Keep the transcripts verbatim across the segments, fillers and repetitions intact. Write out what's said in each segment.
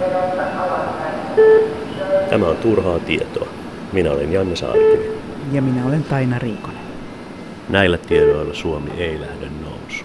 Tämä on Turhaa tietoa. Minä olen Janne Saarikivi. Ja minä olen Taina Riikonen. Näillä tiedoilla Suomi ei lähde nousuun.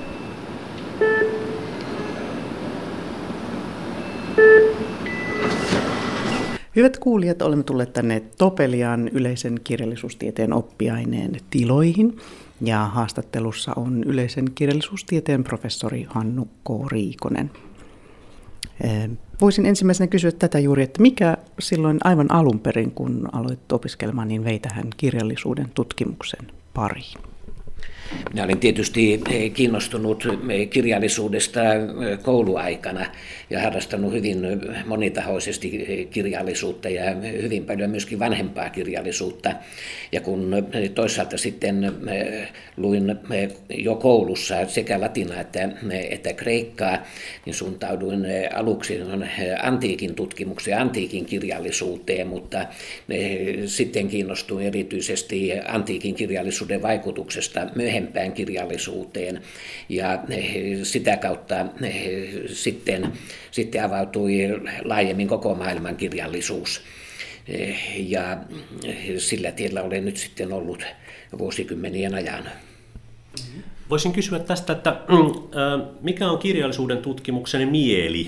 Hyvät kuulijat, olemme tulleet tänne Topeliaan yleisen kirjallisuustieteen oppiaineen tiloihin. Ja haastattelussa on yleisen kirjallisuustieteen professori Hannu K. Riikonen. Voisin ensimmäisenä kysyä tätä juuri, että mikä silloin aivan alun perin, kun aloit opiskelemaan, niin vei tähän kirjallisuuden tutkimuksen pariin? Minä olin tietysti kiinnostunut kirjallisuudesta kouluaikana ja harrastanut hyvin monitahoisesti kirjallisuutta ja hyvin paljon myöskin vanhempaa kirjallisuutta. Ja kun toisaalta sitten luin jo koulussa sekä latinaa että, että kreikkaa, niin suuntauduin aluksi antiikin tutkimukseen, antiikin kirjallisuuteen, mutta sitten kiinnostuin erityisesti antiikin kirjallisuuden vaikutuksesta myöhempään kirjallisuuteen ja sitä kautta sitten, sitten avautui laajemmin koko maailman kirjallisuus. Ja sillä tiellä olen nyt sitten ollut vuosikymmenien ajan. Voisin kysyä tästä, että mikä on kirjallisuuden tutkimuksen mieli?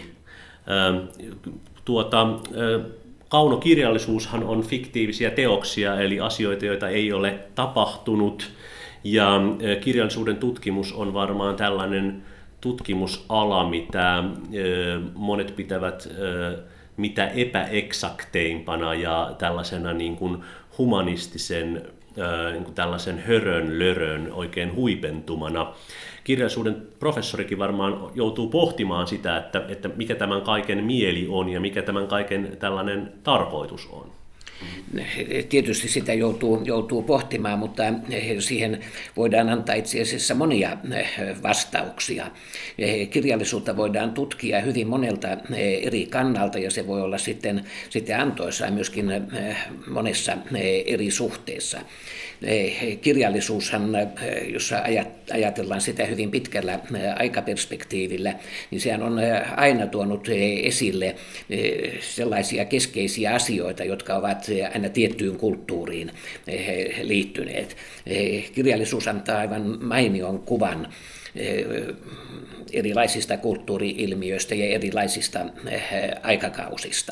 Tuota, kaunokirjallisuushan on fiktiivisiä teoksia, eli asioita, joita ei ole tapahtunut. Ja kirjallisuuden tutkimus on varmaan tällainen tutkimusala, mitä monet pitävät mitä epäeksakteimpana ja tällaisena niin kuin humanistisen niin kuin tällaisen hörön lörön oikein huipentumana. Kirjallisuuden professorikin varmaan joutuu pohtimaan sitä, että, että mikä tämän kaiken mieli on ja mikä tämän kaiken tällainen tarkoitus on. Tietysti sitä joutuu, joutuu pohtimaan, mutta siihen voidaan antaa itse asiassa monia vastauksia. Kirjallisuutta voidaan tutkia hyvin monelta eri kannalta ja se voi olla sitten, sitten antoisaa myöskin monessa eri suhteessa. Kirjallisuushan, jos ajatellaan sitä hyvin pitkällä aikaperspektiivillä, niin sehän on aina tuonut esille sellaisia keskeisiä asioita, jotka ovat aina tiettyyn kulttuuriin liittyneet. Kirjallisuus antaa aivan mainion kuvan erilaisista kulttuuri-ilmiöistä ja erilaisista aikakausista.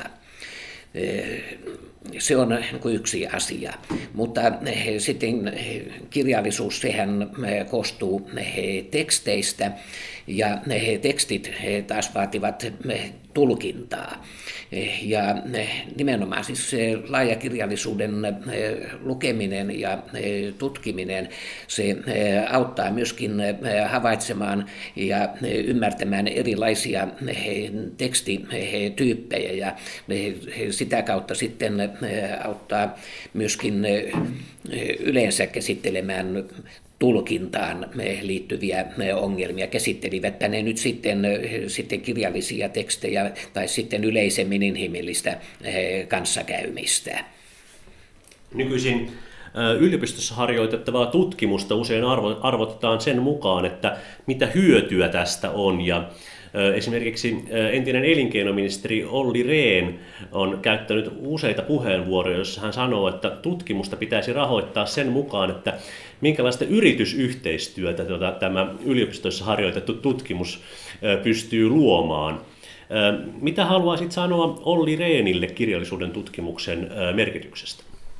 Se on yksi asia, mutta sitten kirjallisuus, sehän koostuu teksteistä ja tekstit taas vaativat tulkintaa. Ja nimenomaan siis laajakirjallisuuden lukeminen ja tutkiminen, se auttaa myöskin havaitsemaan ja ymmärtämään erilaisia tekstityyppejä ja sitä kautta sitten auttaa myöskin yleensä käsittelemään tulkintaan liittyviä ongelmia. Käsittelivätpä ne nyt sitten, sitten kirjallisia tekstejä tai sitten yleisemmin inhimillistä kanssakäymistä. Nykyisin yliopistossa harjoitettavaa tutkimusta usein arvotetaan sen mukaan, että mitä hyötyä tästä on. Ja esimerkiksi entinen elinkeinoministeri Olli Rehn on käyttänyt useita puheenvuoroja, joissa hän sanoo, että tutkimusta pitäisi rahoittaa sen mukaan, että minkälaista yritysyhteistyötä tämä yliopistossa harjoitettu tutkimus pystyy luomaan. Mitä haluaisit sanoa Olli Rehnille kirjallisuuden tutkimuksen merkityksestä?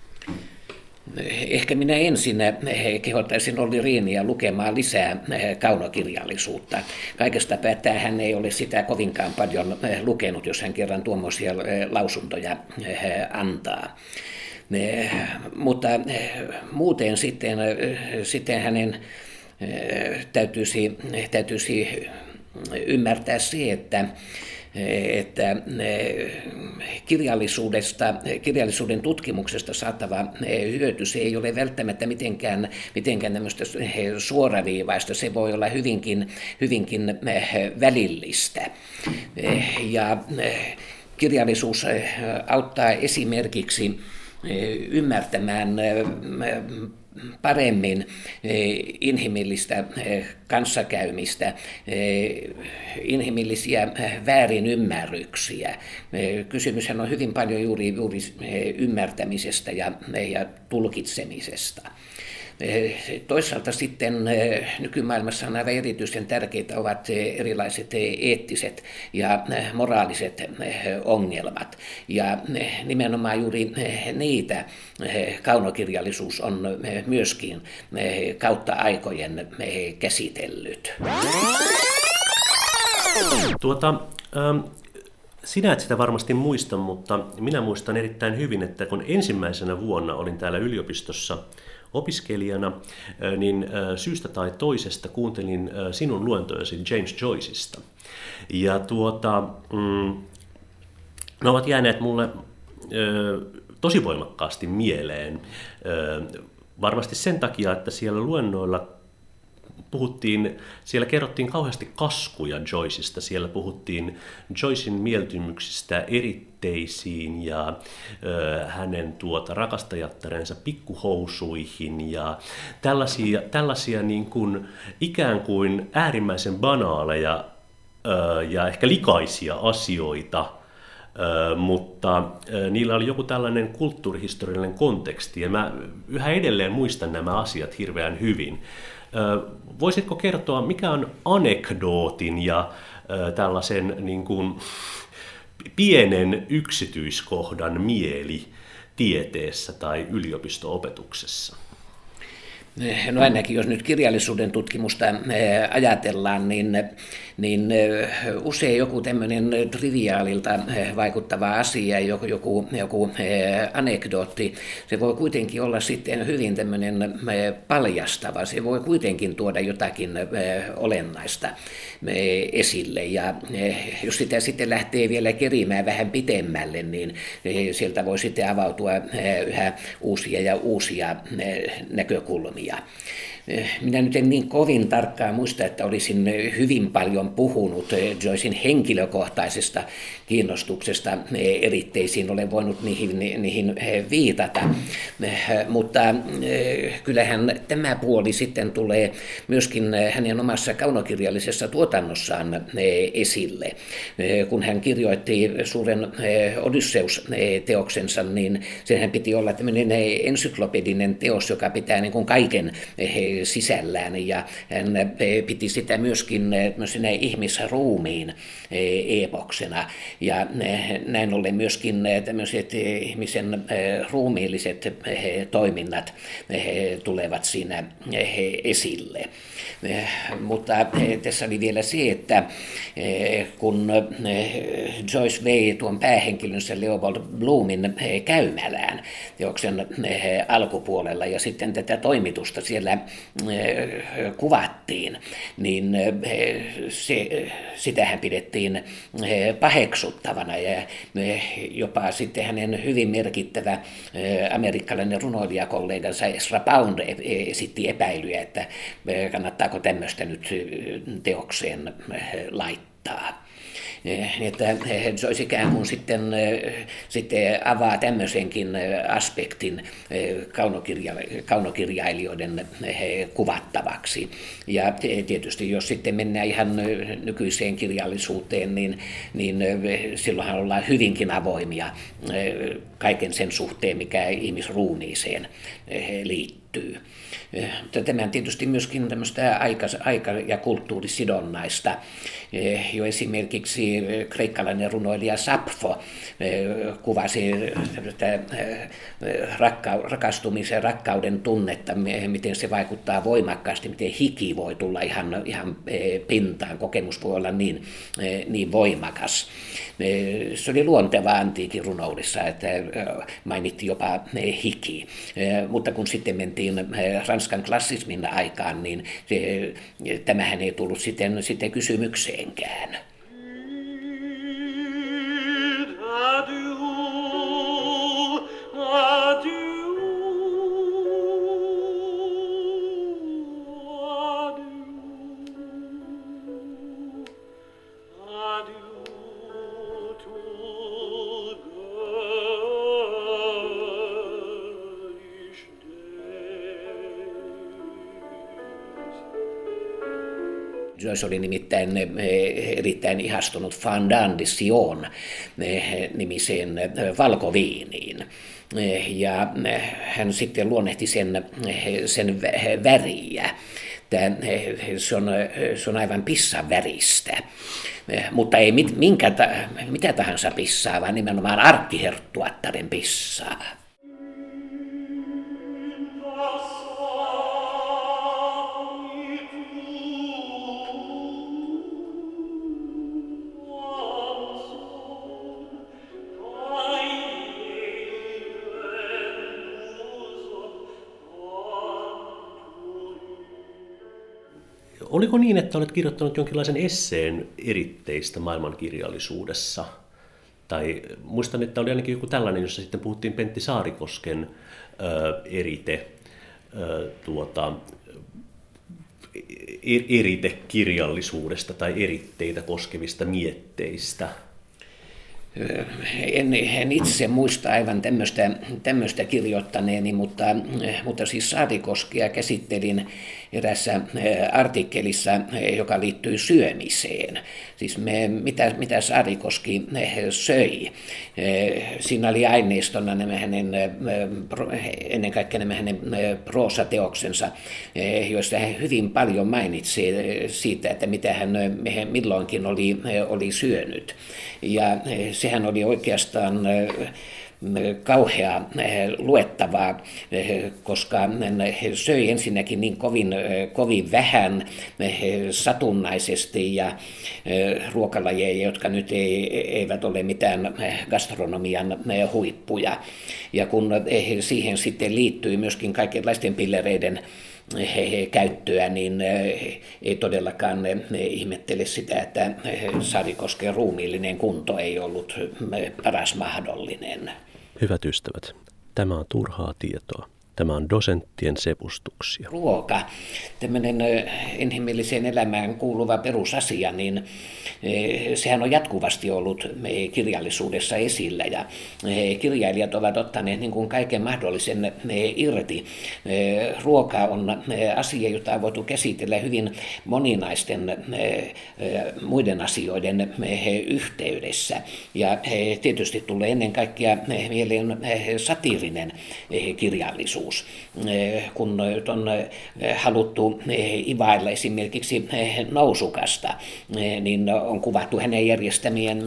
Ehkä minä ensin kehottaisin Olli Rehniä lukemaan lisää kaunokirjallisuutta. Kaikesta päättää hän ei ole sitä kovinkaan paljon lukenut, jos hän kerran tuommoisia lausuntoja antaa. Mutta muuten sitten, sitten hänen täytyisi, täytyisi ymmärtää se, että että kirjallisuudesta, kirjallisuuden tutkimuksesta saatava hyöty, se ei ole välttämättä mitenkään, mitenkään tämmöistä suoraviivaista, se voi olla hyvinkin, hyvinkin välillistä. Ja kirjallisuus auttaa esimerkiksi ymmärtämään paremmin inhimillistä kanssakäymistä, inhimillisiä väärinymmärryksiä. Kysymyshän on hyvin paljon juuri, juuri ymmärtämisestä ja, ja tulkitsemisesta. Toisaalta sitten nykymaailmassa on aivan erityisen tärkeitä ovat erilaiset eettiset ja moraaliset ongelmat. Ja nimenomaan juuri niitä kaunokirjallisuus on myöskin kautta aikojen käsitellyt. Tuota, ähm, sinä et sitä varmasti muista, mutta minä muistan erittäin hyvin, että kun ensimmäisenä vuonna olin täällä yliopistossa opiskelijana, niin syystä tai toisesta kuuntelin sinun luentojasi James Joyceista. Ja tuota, mm, ne ovat jääneet mulle ö, tosi voimakkaasti mieleen. Ö, varmasti sen takia, että siellä luennoilla puhuttiin, siellä kerrottiin kauheasti kaskuja Joyceista. Siellä puhuttiin Joycen mieltymyksistä eritteisiin ja ö, hänen tuota rakastajattarensa pikkuhousuihin ja tällaisia, tällaisia niin kuin, ikään kuin äärimmäisen banaaleja ö, ja ehkä likaisia asioita, ö, mutta ö, niillä oli joku tällainen kulttuurihistoriallinen konteksti ja mä yhä edelleen muistan nämä asiat hirveän hyvin. Voisitko kertoa, mikä on anekdootin ja tällaisen niin kuin, pienen yksityiskohdan mieli tieteessä tai yliopisto-opetuksessa? No ainakin jos nyt kirjallisuuden tutkimusta ajatellaan, niin, niin usein joku tämmöinen triviaalilta vaikuttava asia, joku, joku, joku anekdootti, se voi kuitenkin olla sitten hyvin tämmöinen paljastava, se voi kuitenkin tuoda jotakin olennaista esille. Ja jos sitä sitten lähtee vielä kerimään vähän pitemmälle, niin sieltä voi sitten avautua yhä uusia ja uusia näkökulmia. Minä nyt en niin kovin tarkkaan muista, että olisin hyvin paljon puhunut Joycen henkilökohtaisesta kiinnostuksesta eritteisiin, olen voinut niihin, niihin viitata, mutta kyllähän tämä puoli sitten tulee myöskin hänen omassa kaunokirjallisessa tuotannossaan esille. Kun hän kirjoitti suuren Odysseus-teoksensa, niin senhän piti olla tämmöinen ensyklopedinen teos, joka pitää niin kuin kaiken sisällään, ja hän piti sitä myöskin ihmisruumiin epoksena, ja näin ollen myöskin tämmöiset ihmisen ruumiilliset toiminnat tulevat siinä esille. Mutta tässä oli vielä se, että kun Joyce vei tuon päähenkilönsä Leopold Bloomin käymälään teoksen alkupuolella ja sitten tätä toimitusta siellä kuvattiin, niin se, sitähän pidettiin paheksuttavana ja jopa sitten hänen hyvin merkittävä amerikkalainen runoilijakollegansa Ezra Pound esitti epäilyjä, että kannattaako tämmöistä nyt teokseen laittaa. Että Joyce ikään kuin sitten, sitten avaa tämmöisenkin aspektin kaunokirja, kaunokirjailijoiden kuvattavaksi. Ja tietysti jos sitten mennään ihan nykyiseen kirjallisuuteen, niin, niin silloinhan ollaan hyvinkin avoimia kaiken sen suhteen, mikä ihmisruumiiseen liittyy. Tämä on tietysti myöskin tämmöistä aika, aika- ja kulttuurisidonnaista. Jo esimerkiksi kreikkalainen runoilija Sappho kuvasi rakka- rakastumisen rakkauden tunnetta, miten se vaikuttaa voimakkaasti, miten hiki voi tulla ihan, ihan pintaan, kokemus voi olla niin, niin voimakas. Se oli luontevaa antiikin runoudessa, että mainittiin jopa hiki, mutta kun sitten mentiin Ranskan klassismin aikaan, niin se, tämähän ei tullut sitten, sitten kysymykseenkään. Joyce oli nimittäin erittäin ihastunut Fendant de Sion nimiseen valkoviiniin. Ja hän sitten luonnehti sen, sen väriä. Tämä, se, on, se on aivan pissan väristä, mutta ei mit, minkä, mitä tahansa pissaa, vaan nimenomaan arkkiherttuattaren pissaa. Oliko niin, että olet kirjoittanut jonkinlaisen esseen eritteistä maailmankirjallisuudessa? Tai muistan, että oli ainakin joku tällainen, jossa sitten puhuttiin Pentti Saarikosken ö, erite, ö, tuota, eritekirjallisuudesta tai eritteitä koskevista mietteistä. En, en itse muista aivan tämmöistä, tämmöistä kirjoittaneeni, mutta, mutta siis Saarikoskia käsittelin erässä artikkelissa, joka liittyy syömiseen. Siis me, mitä, mitä Saarikoski söi. Siinä oli aineistona nämä hänen, ennen kaikkea nämä hänen proosateoksensa, joista hän hyvin paljon mainitsee siitä, että mitä hän milloinkin oli, oli syönyt. Ja sehän oli oikeastaan kauhea luettavaa, koska he söi ensinnäkin niin kovin, kovin vähän satunnaisesti ja ruokalajeja, jotka nyt ei, eivät ole mitään gastronomian huippuja. Ja kun siihen sitten liittyy myöskin kaikenlaisten pillereiden käyttöä, niin ei todellakaan ihmettele sitä, että Saarikosken ruumiillinen kunto ei ollut paras mahdollinen. Hyvät ystävät, tämä on turhaa tietoa. Tämä on dosenttien sepustuksia. Ruoka, tämmöinen inhimilliseen elämään kuuluva perusasia, niin sehän on jatkuvasti ollut kirjallisuudessa esillä ja kirjailijat ovat ottaneet niin kuin kaiken mahdollisen irti. Ruoka on asia, jota on voitu käsitellä hyvin moninaisten muiden asioiden yhteydessä. Ja tietysti tulee ennen kaikkea mieleen satiirinen kirjallisuus. Kun on haluttu ivailla esimerkiksi Nousukasta, niin on kuvattu hänen järjestämiään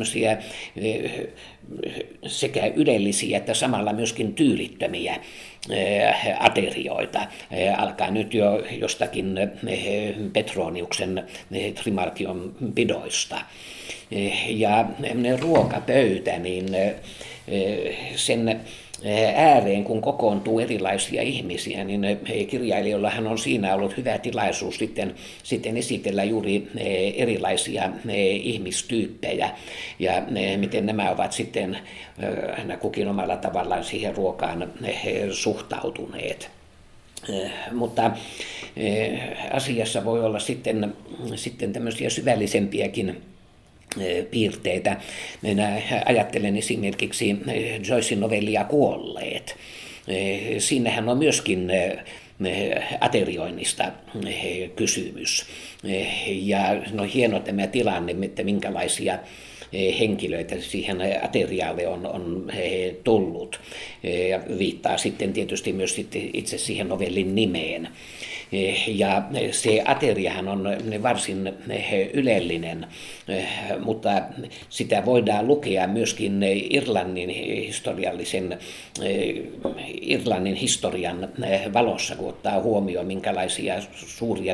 sekä ylellisiä että samalla myöskin tyylittömiä aterioita. Alkaa nyt jo jostakin Petroniuksen Trimarchion pidoista. Ja ruokapöytä, niin sen ääreen, kun kokoontuu erilaisia ihmisiä, niin kirjailijoillahan on siinä ollut hyvä tilaisuus sitten, sitten esitellä juuri erilaisia ihmistyyppejä ja miten nämä ovat sitten kukin omalla tavallaan siihen ruokaan suhtautuneet. Mutta asiassa voi olla sitten, sitten tämmöisiä syvällisempiäkin piirteitä. Minä ajattelen esimerkiksi Joycen novellia Kuolleet. Siinähän on myöskin aterioinnista kysymys. Ja no hieno tämä tilanne, että minkälaisia henkilöitä siihen ateriaalle on, on tullut. Ja viittaa sitten tietysti myös sitten itse siihen novellin nimeen. Ja se ateriahan on irlannin ylellinen, mutta sitä voidaan lukea myöskin Irlannin historiallisen, Irlannin historian valossa, kun ottaa huomioon, minkälaisia suuria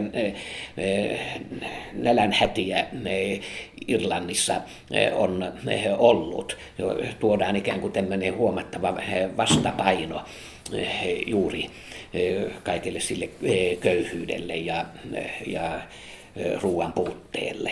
nälänhätiä Irlannissa on ollut. Tuodaan ikään kuin tämmöinen huomattava vastapaino juuri kaikelle sille köyhyydelle ja, ja ruoan puutteelle.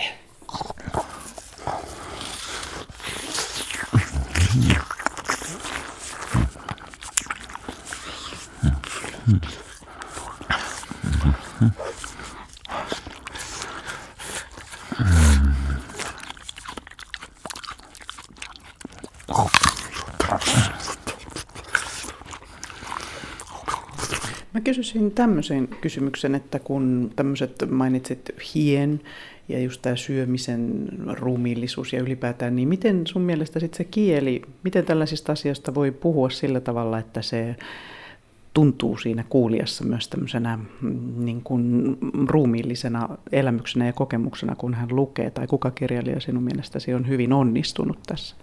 Mä kysyisin tämmöisen kysymyksen, että kun tämmöiset mainitsit hien ja just tämä syömisen ruumiillisuus ja ylipäätään, niin miten sun mielestä sitten se kieli, miten tällaisista asioista voi puhua sillä tavalla, että se tuntuu siinä kuulijassa myös tämmöisenä niin kuin ruumiillisena elämyksenä ja kokemuksena, kun hän lukee, tai kuka kirjailija sinun mielestäsi on hyvin onnistunut tässä?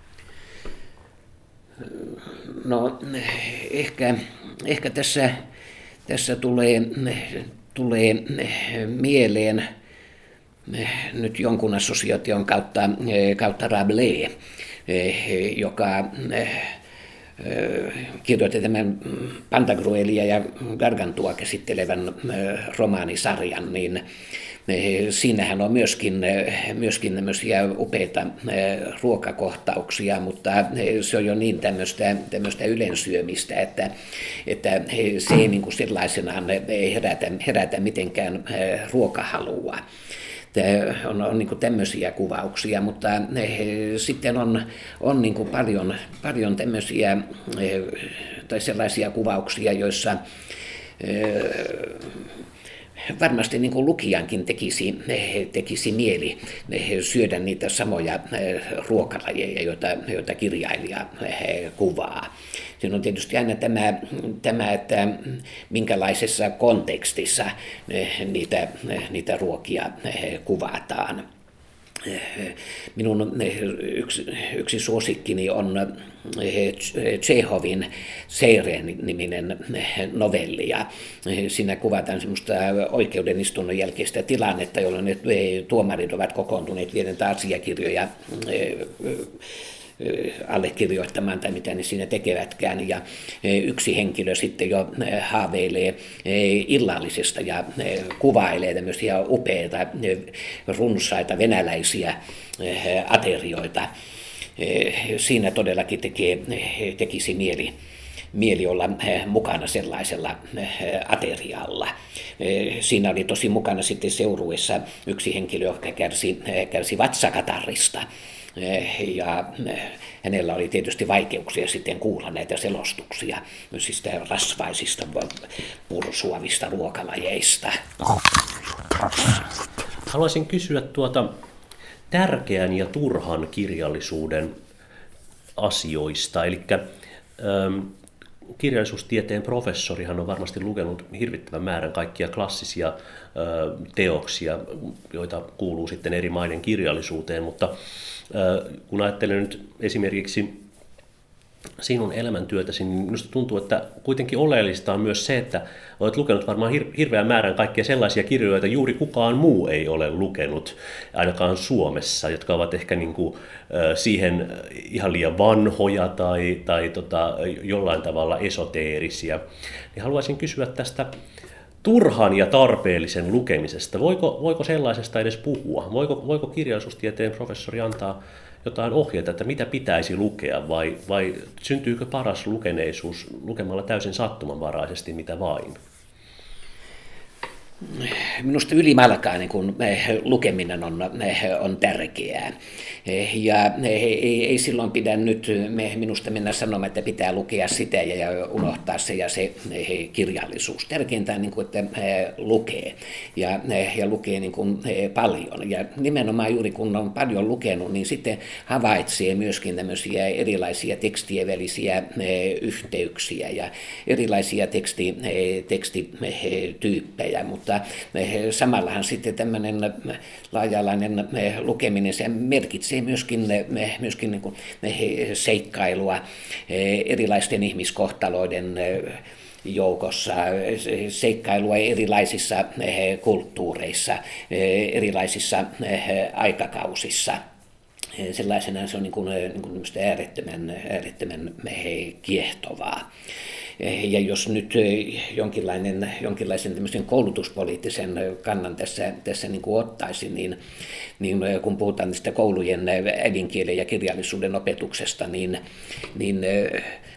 No ehkä, ehkä tässä, tässä tulee, tulee mieleen nyt jonkun assosiaation kautta, kautta Rabelais, joka kirjoitti tämän Pantagruelia ja Gargantua käsittelevän romaanisarjan, niin siinähän on myöskin, myöskin tämmöisiä upeita ruokakohtauksia, mutta se on jo niin tämmöistä, tämmöistä ylensyömistä, että, että se ei niin kuin sellaisenaan herätä, herätä mitenkään ruokahalua. On, on niin kuin tämmöisiä kuvauksia, mutta sitten on, on niin kuin paljon, paljon tämmöisiä tai sellaisia kuvauksia, joissa varmasti niin kuin lukijankin tekisi, tekisi mieli syödä niitä samoja ruokalajeja, joita, joita kirjailija kuvaa. Siinä on tietysti aina tämä, tämä, että minkälaisessa kontekstissa niitä, niitä ruokia kuvataan. Minun yksi, yksi suosikkini on Tšehovin Seire-niminen novelli, ja siinä kuvataan semmoista oikeudenistunnon jälkeistä tilannetta, jolloin ne tuomarit ovat kokoontuneet viedä asiakirjoja allekirjoittamaan tai mitä ne siinä tekevätkään, ja yksi henkilö sitten jo haaveilee illallisesta ja kuvailee tämmöisiä upeita, runsaita venäläisiä aterioita. Siinä todellakin tekee, tekisi mieli, mieli olla mukana sellaisella aterialla. Siinä oli tosi mukana sitten seurueessa yksi henkilö, joka kärsi, kärsi vatsakatarrista. Ja hänellä oli tietysti vaikeuksia sitten kuulla näitä selostuksia myös siis rasvaisista, pursuavista ruokalajeista. Haluaisin kysyä tuota tärkeän ja turhan kirjallisuuden asioista. Eli ähm, kirjallisuustieteen professorihan on varmasti lukenut hirvittävän määrän kaikkia klassisia äh, teoksia, joita kuuluu sitten eri maiden kirjallisuuteen, mutta äh, kun ajattelen nyt esimerkiksi sinun elämäntyötäsi, niin minusta tuntuu, että kuitenkin oleellista on myös se, että olet lukenut varmaan hir- hirveän määrän kaikkia sellaisia kirjoja, joita juuri kukaan muu ei ole lukenut, ainakaan Suomessa, jotka ovat ehkä niin kuin, äh, siihen ihan liian vanhoja tai, tai tota, jollain tavalla esoteerisia. Niin haluaisin kysyä tästä turhan ja tarpeellisen lukemisesta. Voiko, voiko sellaisesta edes puhua? Voiko, voiko kirjallisuustieteen professori antaa jotain ohjeita, että mitä pitäisi lukea, vai, vai syntyykö paras lukeneisuus lukemalla täysin sattumanvaraisesti mitä vain? Minusta ylimalkaan niin kun lukeminen on, on tärkeää. Ja ei, ei silloin pidä nyt minusta mennä sanomaan, että pitää lukea sitä ja unohtaa se ja se kirjallisuus. Tärkeintä on, niin kuin, että lukee ja, ja lukee niin kuin paljon. Ja nimenomaan juuri kun on paljon lukenut, niin sitten havaitsee myöskin tämmöisiä erilaisia tekstien välisiä yhteyksiä ja erilaisia teksti, tekstityyppejä, mutta samallahan sitten tämmöinen laaja-alainen lukeminen, se merkitsee myöskin, myöskin niin kuin seikkailua erilaisten ihmiskohtaloiden joukossa, seikkailua erilaisissa kulttuureissa, erilaisissa aikakausissa. Sellaisena se on niin kuin, niin kuin äärettömän, äärettömän kiehtovaa. Ja jos nyt jonkinlainen, jonkinlaisen tämmöisen koulutuspoliittisen kannan tässä, tässä niin kuin ottaisin, niin, niin kun puhutaan tästä koulujen äidinkielen ja kirjallisuuden opetuksesta, niin, niin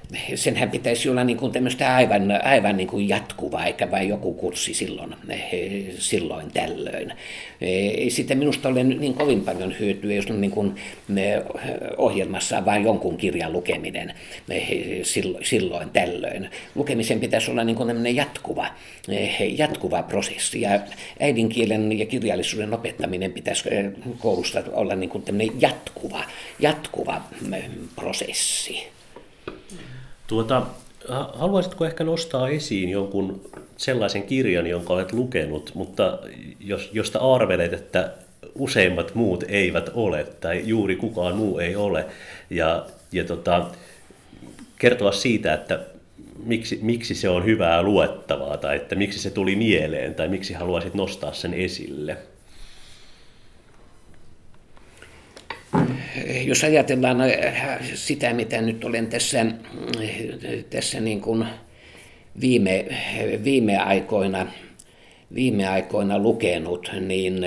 senhän pitäisi olla niin kuin tämmöistä aivan, aivan niin kuin jatkuvaa, eikä vain joku kurssi silloin, silloin tällöin. Ei sitä minusta ole niin kovin paljon hyötyä, jos on niin kuin ohjelmassa vain jonkun kirjan lukeminen silloin tällöin. Lukemisen pitäisi olla niin kuin tämmöinen jatkuva, jatkuva prosessi, ja äidinkielen ja kirjallisuuden opettaminen pitäisi koulusta olla niin kuin tämmöinen jatkuva, jatkuva prosessi. Tuota, haluaisitko ehkä nostaa esiin jonkun sellaisen kirjan, jonka olet lukenut, mutta jos, josta arvelet, että useimmat muut eivät ole tai juuri kukaan muu ei ole, ja, ja tota, kertoa siitä, että miksi, miksi se on hyvää luettavaa tai että miksi se tuli mieleen tai miksi haluaisit nostaa sen esille? Jos ajatellaan sitä, mitä nyt olen tässä, tässä niin kuin viime, viime, aikoina, viime aikoina lukenut, niin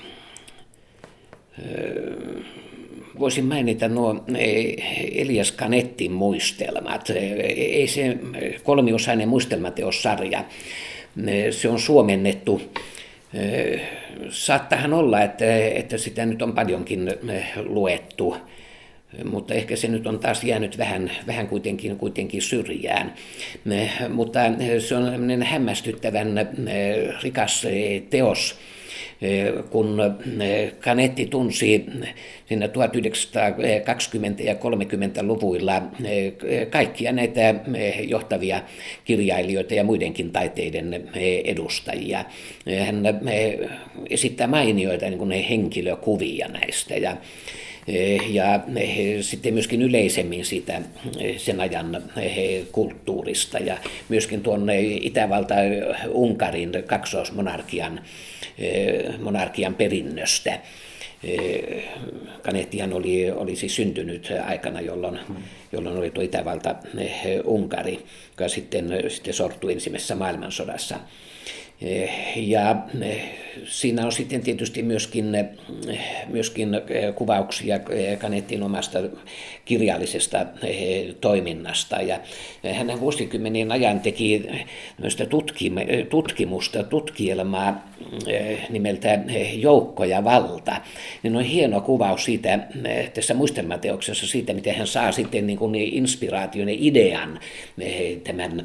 voisin mainita nuo Elias Canettin muistelmat. Ei se kolmiosainen muistelmateossarja, se on suomennettu. Saattahan olla, että, että sitä nyt on paljonkin luettu, mutta ehkä se nyt on taas jäänyt vähän, vähän kuitenkin, kuitenkin syrjään. Mutta se on hämmästyttävän rikas teos, kun Canetti tunsi siinä tuhatyhdeksänsataakaksikymmentä- ja kolmekymmentäluvuilla kaikkia näitä johtavia kirjailijoita ja muidenkin taiteiden edustajia. Hän esittää mainioita niin kuin henkilökuvia näistä ja ja sitten myöskin yleisemmin siitä sen ajan kulttuurista ja myöskin tuon Itävalta-Unkarin kaksoismonarkian monarkian perinnöstä. Canettihan oli, oli siis syntynyt aikana, jolloin, jolloin oli tuo Itävalta-Unkari, joka sitten, sitten sortui ensimmäisessä maailmansodassa. Ja siinä on sitten tietysti myöskin, myöskin kuvauksia Canettin omasta kirjallisesta toiminnasta. Ja hän vuosikymmenien ajan teki tutkimusta, tutkielmaa nimeltä Joukko ja valta. Niin on hieno kuvaus siitä, tässä muistelmateoksessa siitä, miten hän saa sitten niin kuin inspiraation ja idean tämän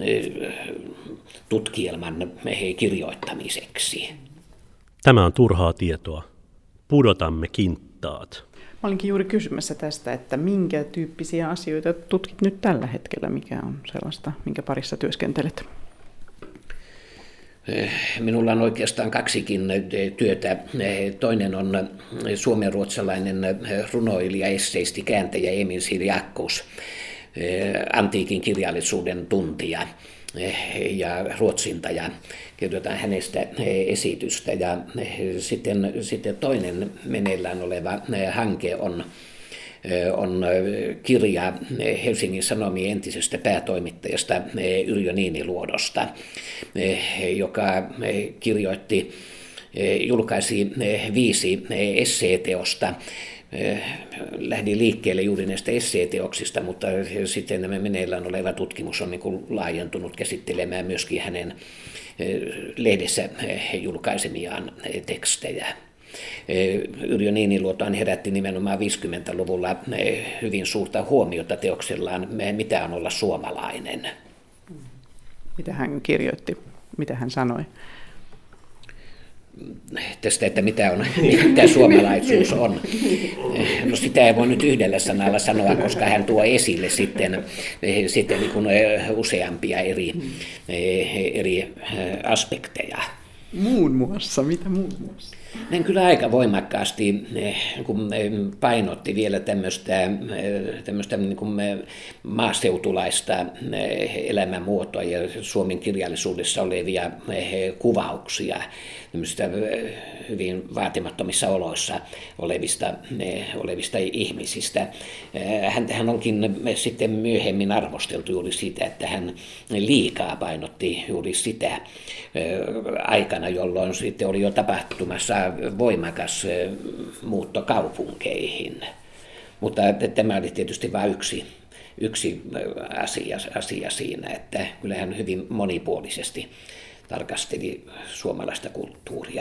tutkielman kirjoittamiseksi. Tämä on turhaa tietoa. Pudotamme kinttaat. Mä olinkin juuri kysymässä tästä, että minkä tyyppisiä asioita tutkit nyt tällä hetkellä, mikä on sellaista, minkä parissa työskentelet? Minulla on oikeastaan kaksikin työtä. Toinen on suomenruotsalainen runoilija, esseisti, kääntäjä Emil Siriakkus, antiikin kirjallisuuden tuntija ja ruotsintaja. Kirjoitan hänestä esitystä. Ja sitten, sitten toinen meneillään oleva hanke on, on kirja Helsingin Sanomien entisestä päätoimittajasta Yrjö Niiniluodosta, joka kirjoitti, julkaisi viisi esseeteosta. Lähdin liikkeelle juuri näistä esseeteoksista, mutta sitten nämä meneillään oleva tutkimus on niin kuin laajentunut käsittelemään myöskin hänen lehdessä julkaisemiaan tekstejä. Yrjö Niiniluotohan herätti nimenomaan viisikymmentäluvulla hyvin suurta huomiota teoksellaan Mitä on olla suomalainen. Mitä hän kirjoitti? Mitä hän sanoi? Tästä, että mitä, on, mitä suomalaisuus on. No sitä ei voi nyt yhdellä sanalla sanoa, koska hän tuo esille sitten, sitten niin kuin useampia eri, eri aspekteja. Muun muassa, mitä muun muassa? Hän kyllä aika voimakkaasti kun painotti vielä tämmöistä, tämmöistä niin kuin maaseutulaista elämänmuotoa ja Suomen kirjallisuudessa olevia kuvauksia tämmöistä hyvin vaatimattomissa oloissa olevista, olevista ihmisistä. Häntähän onkin sitten myöhemmin arvosteltu juuri siitä, että hän liikaa painotti juuri sitä aikana, jolloin sitten oli jo tapahtumassa voimakas muutto kaupunkeihin. Mutta tämä oli tietysti vain yksi, yksi asia, asia siinä, että kyllä hän hyvin monipuolisesti tarkasteli suomalaista kulttuuria.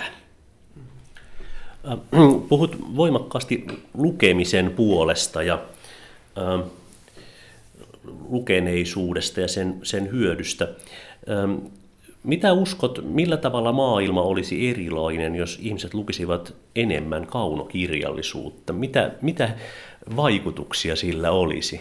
Puhut voimakkaasti lukemisen puolesta ja äh, lukeneisuudesta ja sen, sen hyödystä. Ähm, mitä uskot, millä tavalla maailma olisi erilainen, jos ihmiset lukisivat enemmän kaunokirjallisuutta? Mitä, mitä vaikutuksia sillä olisi?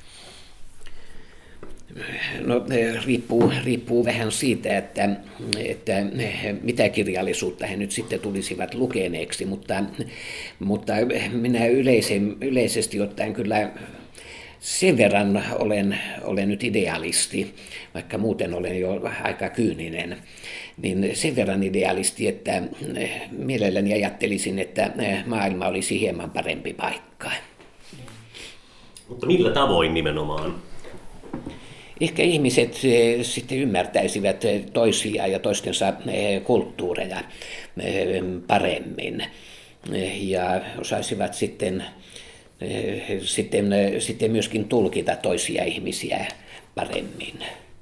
No, riippuu, riippuu vähän siitä, että, että mitä kirjallisuutta he nyt sitten tulisivat lukeneeksi, mutta, mutta minä yleisen, yleisesti ottaen kyllä sen verran olen, olen nyt idealisti, vaikka muuten olen jo aika kyyninen, niin sen verran idealisti, että mielelläni ajattelisin, että maailma olisi hieman parempi paikka. Mutta millä tavoin nimenomaan? Ehkä ihmiset sitten ymmärtäisivät toisiaan ja toistensa kulttuureja paremmin ja osaisivat sitten, sitten, sitten myöskin tulkita toisia ihmisiä paremmin.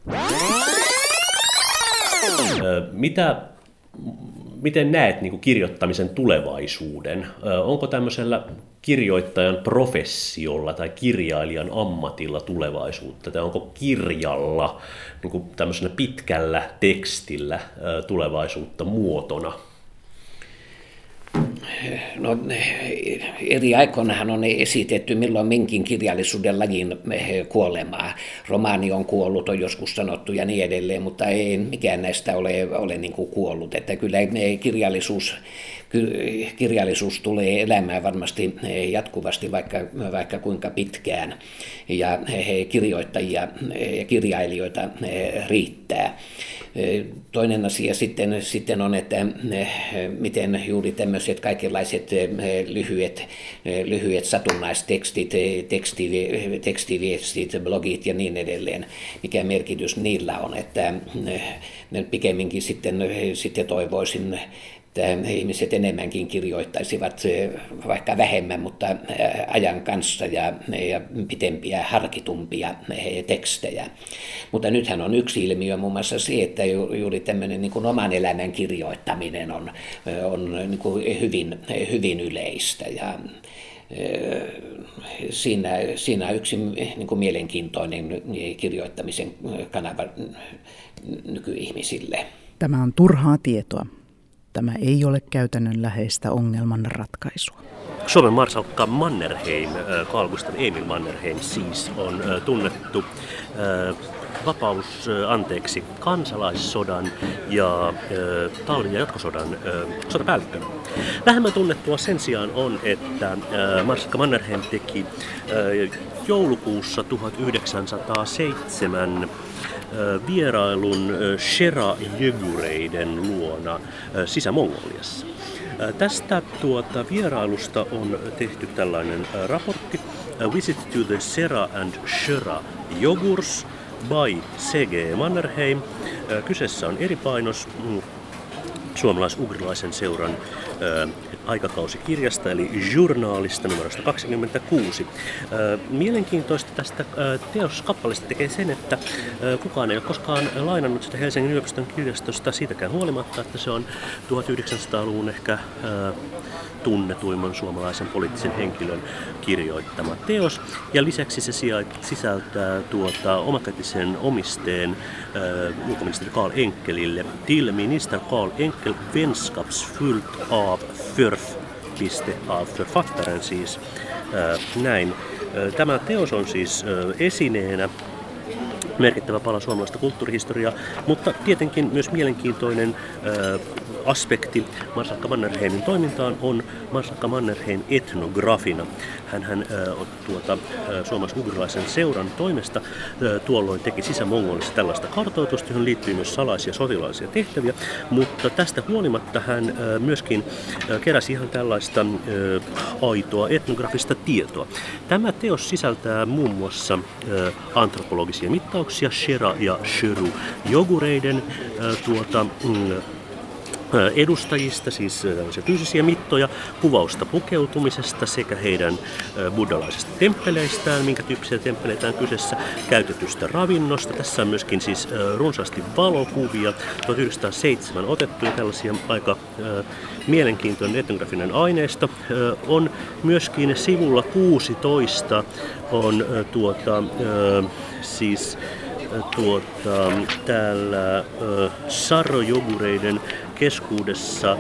Mitä, miten näet niin kuin kirjoittamisen tulevaisuuden? Onko tämmöisellä kirjoittajan professiolla tai kirjailijan ammatilla tulevaisuutta, tai onko kirjalla niin kuin tämmöisenä pitkällä tekstillä tulevaisuutta muotona? No, eri aikoinahan on esitetty milloin minkin kirjallisuuden lajin kuolemaa. Romaani on kuollut, on joskus sanottu ja niin edelleen, mutta ei mikään näistä ole, ole niin kuin kuollut. Että kyllä kirjallisuus, kirjallisuus tulee elämään varmasti jatkuvasti vaikka, vaikka kuinka pitkään. Ja kirjoittajia ja kirjailijoita riittää. Toinen asia sitten, sitten on, että miten juuri tämmöiset kaikenlaiset lyhyet, lyhyet satunnaistekstit, teksti, tekstiviestit, blogit ja niin edelleen, mikä merkitys niillä on, että pikemminkin sitten, sitten toivoisin, että ihmiset enemmänkin kirjoittaisivat vaikka vähemmän, mutta ajan kanssa ja, ja pitempiä, harkitumpia tekstejä. Mutta nythän on yksi ilmiö muun muassa se, että juuri tämmöinen niin kuin oman elämän kirjoittaminen on, on niin kuin hyvin, hyvin yleistä. Ja siinä, siinä on yksi niin kuin mielenkiintoinen kirjoittamisen kanava nykyihmisille. Tämä on turhaa tietoa. Tämä ei ole käytännönläheistä ongelman ratkaisua. Suomen marsalkka Mannerheim, Carl Gustaf Emil Mannerheim siis, on tunnettu vapaus, anteeksi, kansalaissodan ja talvi- ja jatkosodan sotapäällikkönä. Vähemmän tunnettua sen sijaan on, että marsalkka Mannerheim teki joulukuussa tuhatyhdeksänsataaseitsemän vierailun Shera-jögureiden luona Sisä-Mongoliassa. Tästä tuota, vierailusta on tehty tällainen raportti Visit to the Sera and Shera Yogurs by C G Mannerheim. Kyseessä on eri painos suomalais-ugrilaisen seuran aikakausikirjasta, eli journaalista numerosta kaksikymmentäkuusi. Mielenkiintoista tästä teoskappalista tekee sen, että kukaan ei ole koskaan lainannut sitä Helsingin yliopiston kirjastosta siitäkään huolimatta, että se on tuhatyhdeksänsataaluvun ehkä tunnetuimman suomalaisen poliittisen henkilön kirjoittama teos. Ja lisäksi se sisältää tuota, omakätisen omisteen äh, ulkoministeri Carl Enkelille. Till minister Carl Enkel vänskapsfullt av förf-piste av författaren siis. Äh, näin. Äh, tämä teos on siis äh, esineenä merkittävä pala suomalaista kulttuurihistoriaa, mutta tietenkin myös mielenkiintoinen äh, aspekti marsalkka Mannerheimin toimintaan on marsalkka Mannerheim etnografina. Hänhän äh, tuota, äh, suomalais-ugrilaisen seuran toimesta äh, tuolloin teki Sisä-Mongolissa tällaista kartoitusta, johon liittyy myös salaisia sotilaallisia tehtäviä, mutta tästä huolimatta hän äh, myöskin äh, keräsi ihan tällaista äh, aitoa etnografista tietoa. Tämä teos sisältää muun muassa äh, antropologisia mittauksia Shera- ja Sheru-jogureiden äh, tuota, mm, edustajista, siis tällaisia fyysisiä mittoja, kuvausta pukeutumisesta sekä heidän buddhalaisista temppeleistään, minkä tyyppisiä temppeleitä on kyseessä, käytetystä ravinnosta. Tässä on myöskin siis runsaasti valokuvia, tuhatyhdeksänsataaseitsemän otettuja tällaisia aika mielenkiintoinen etnografinen aineisto. On myöskin sivulla kuusitoista on tuota, siis tuota, täällä sarrojogureiden keskuudessa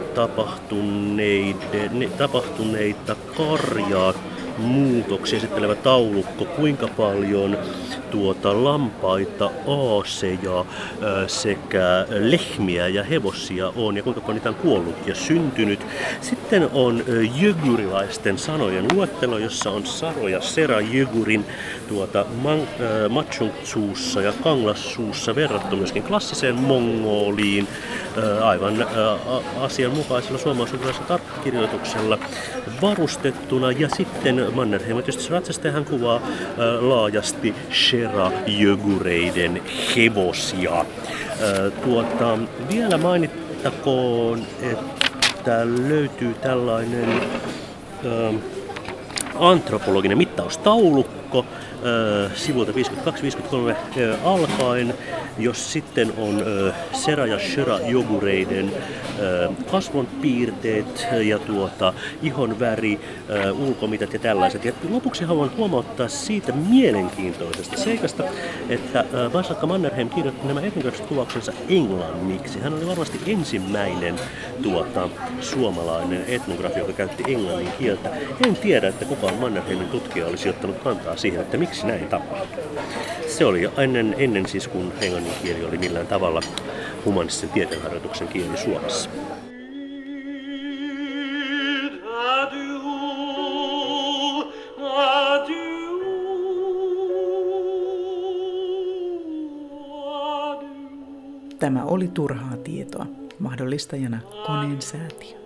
tapahtuneiden, tapahtuneita karjaa muutoksia esittelevä taulukko, kuinka paljon tuota lampaita, aaseja sekä lehmiä ja hevosia on ja kuinka paljon niitä on kuollut ja syntynyt. Sitten on jögurilaisten sanojen luettelo, jossa on Saro ja Sera jögurin tuota Machungsuussa ja Kanglassuussa verrattu myöskin klassiseen mongoliin aivan asianmukaisella suomalaisella tarkkakirjoituksella varustettuna. Ja sitten Mannerheim tietysti ratsastaja, hän kuvaa laajasti Shera-jögureiden hevosia. Tuota, vielä mainittakoon, että löytyy tällainen ä, antropologinen mittaustaulukko ä, sivulta viisikymmentäkaksi viisikymmentäkolme ä, alkaen, jos sitten on ä, Sera- ja Shera-jögureiden ä, kasvonpiirteet ja tuota, ihonväri, ä, ulkomitat ja tällaiset. Ja lopuksi haluan huomauttaa siitä mielenkiintoisesta seikasta, että ä, Vaisalkka Mannerheim kirjoitti nämä etnografiset kuvauksensa englanniksi. Hän oli varmasti ensimmäinen tuota, suomalainen etnografi, joka käytti englannin kieltä. En tiedä, että kukaan Mannerheimin tutkija olisi ottanut kantaa siihen, että miksi näin tapahtui. Se oli ennen, ennen siis, kun englannin kieli oli millään tavalla humanistisen tieteenharjoituksen kieli Suomessa. Tämä oli Turhaa tietoa. Mahdollistajana Koneen säätiö.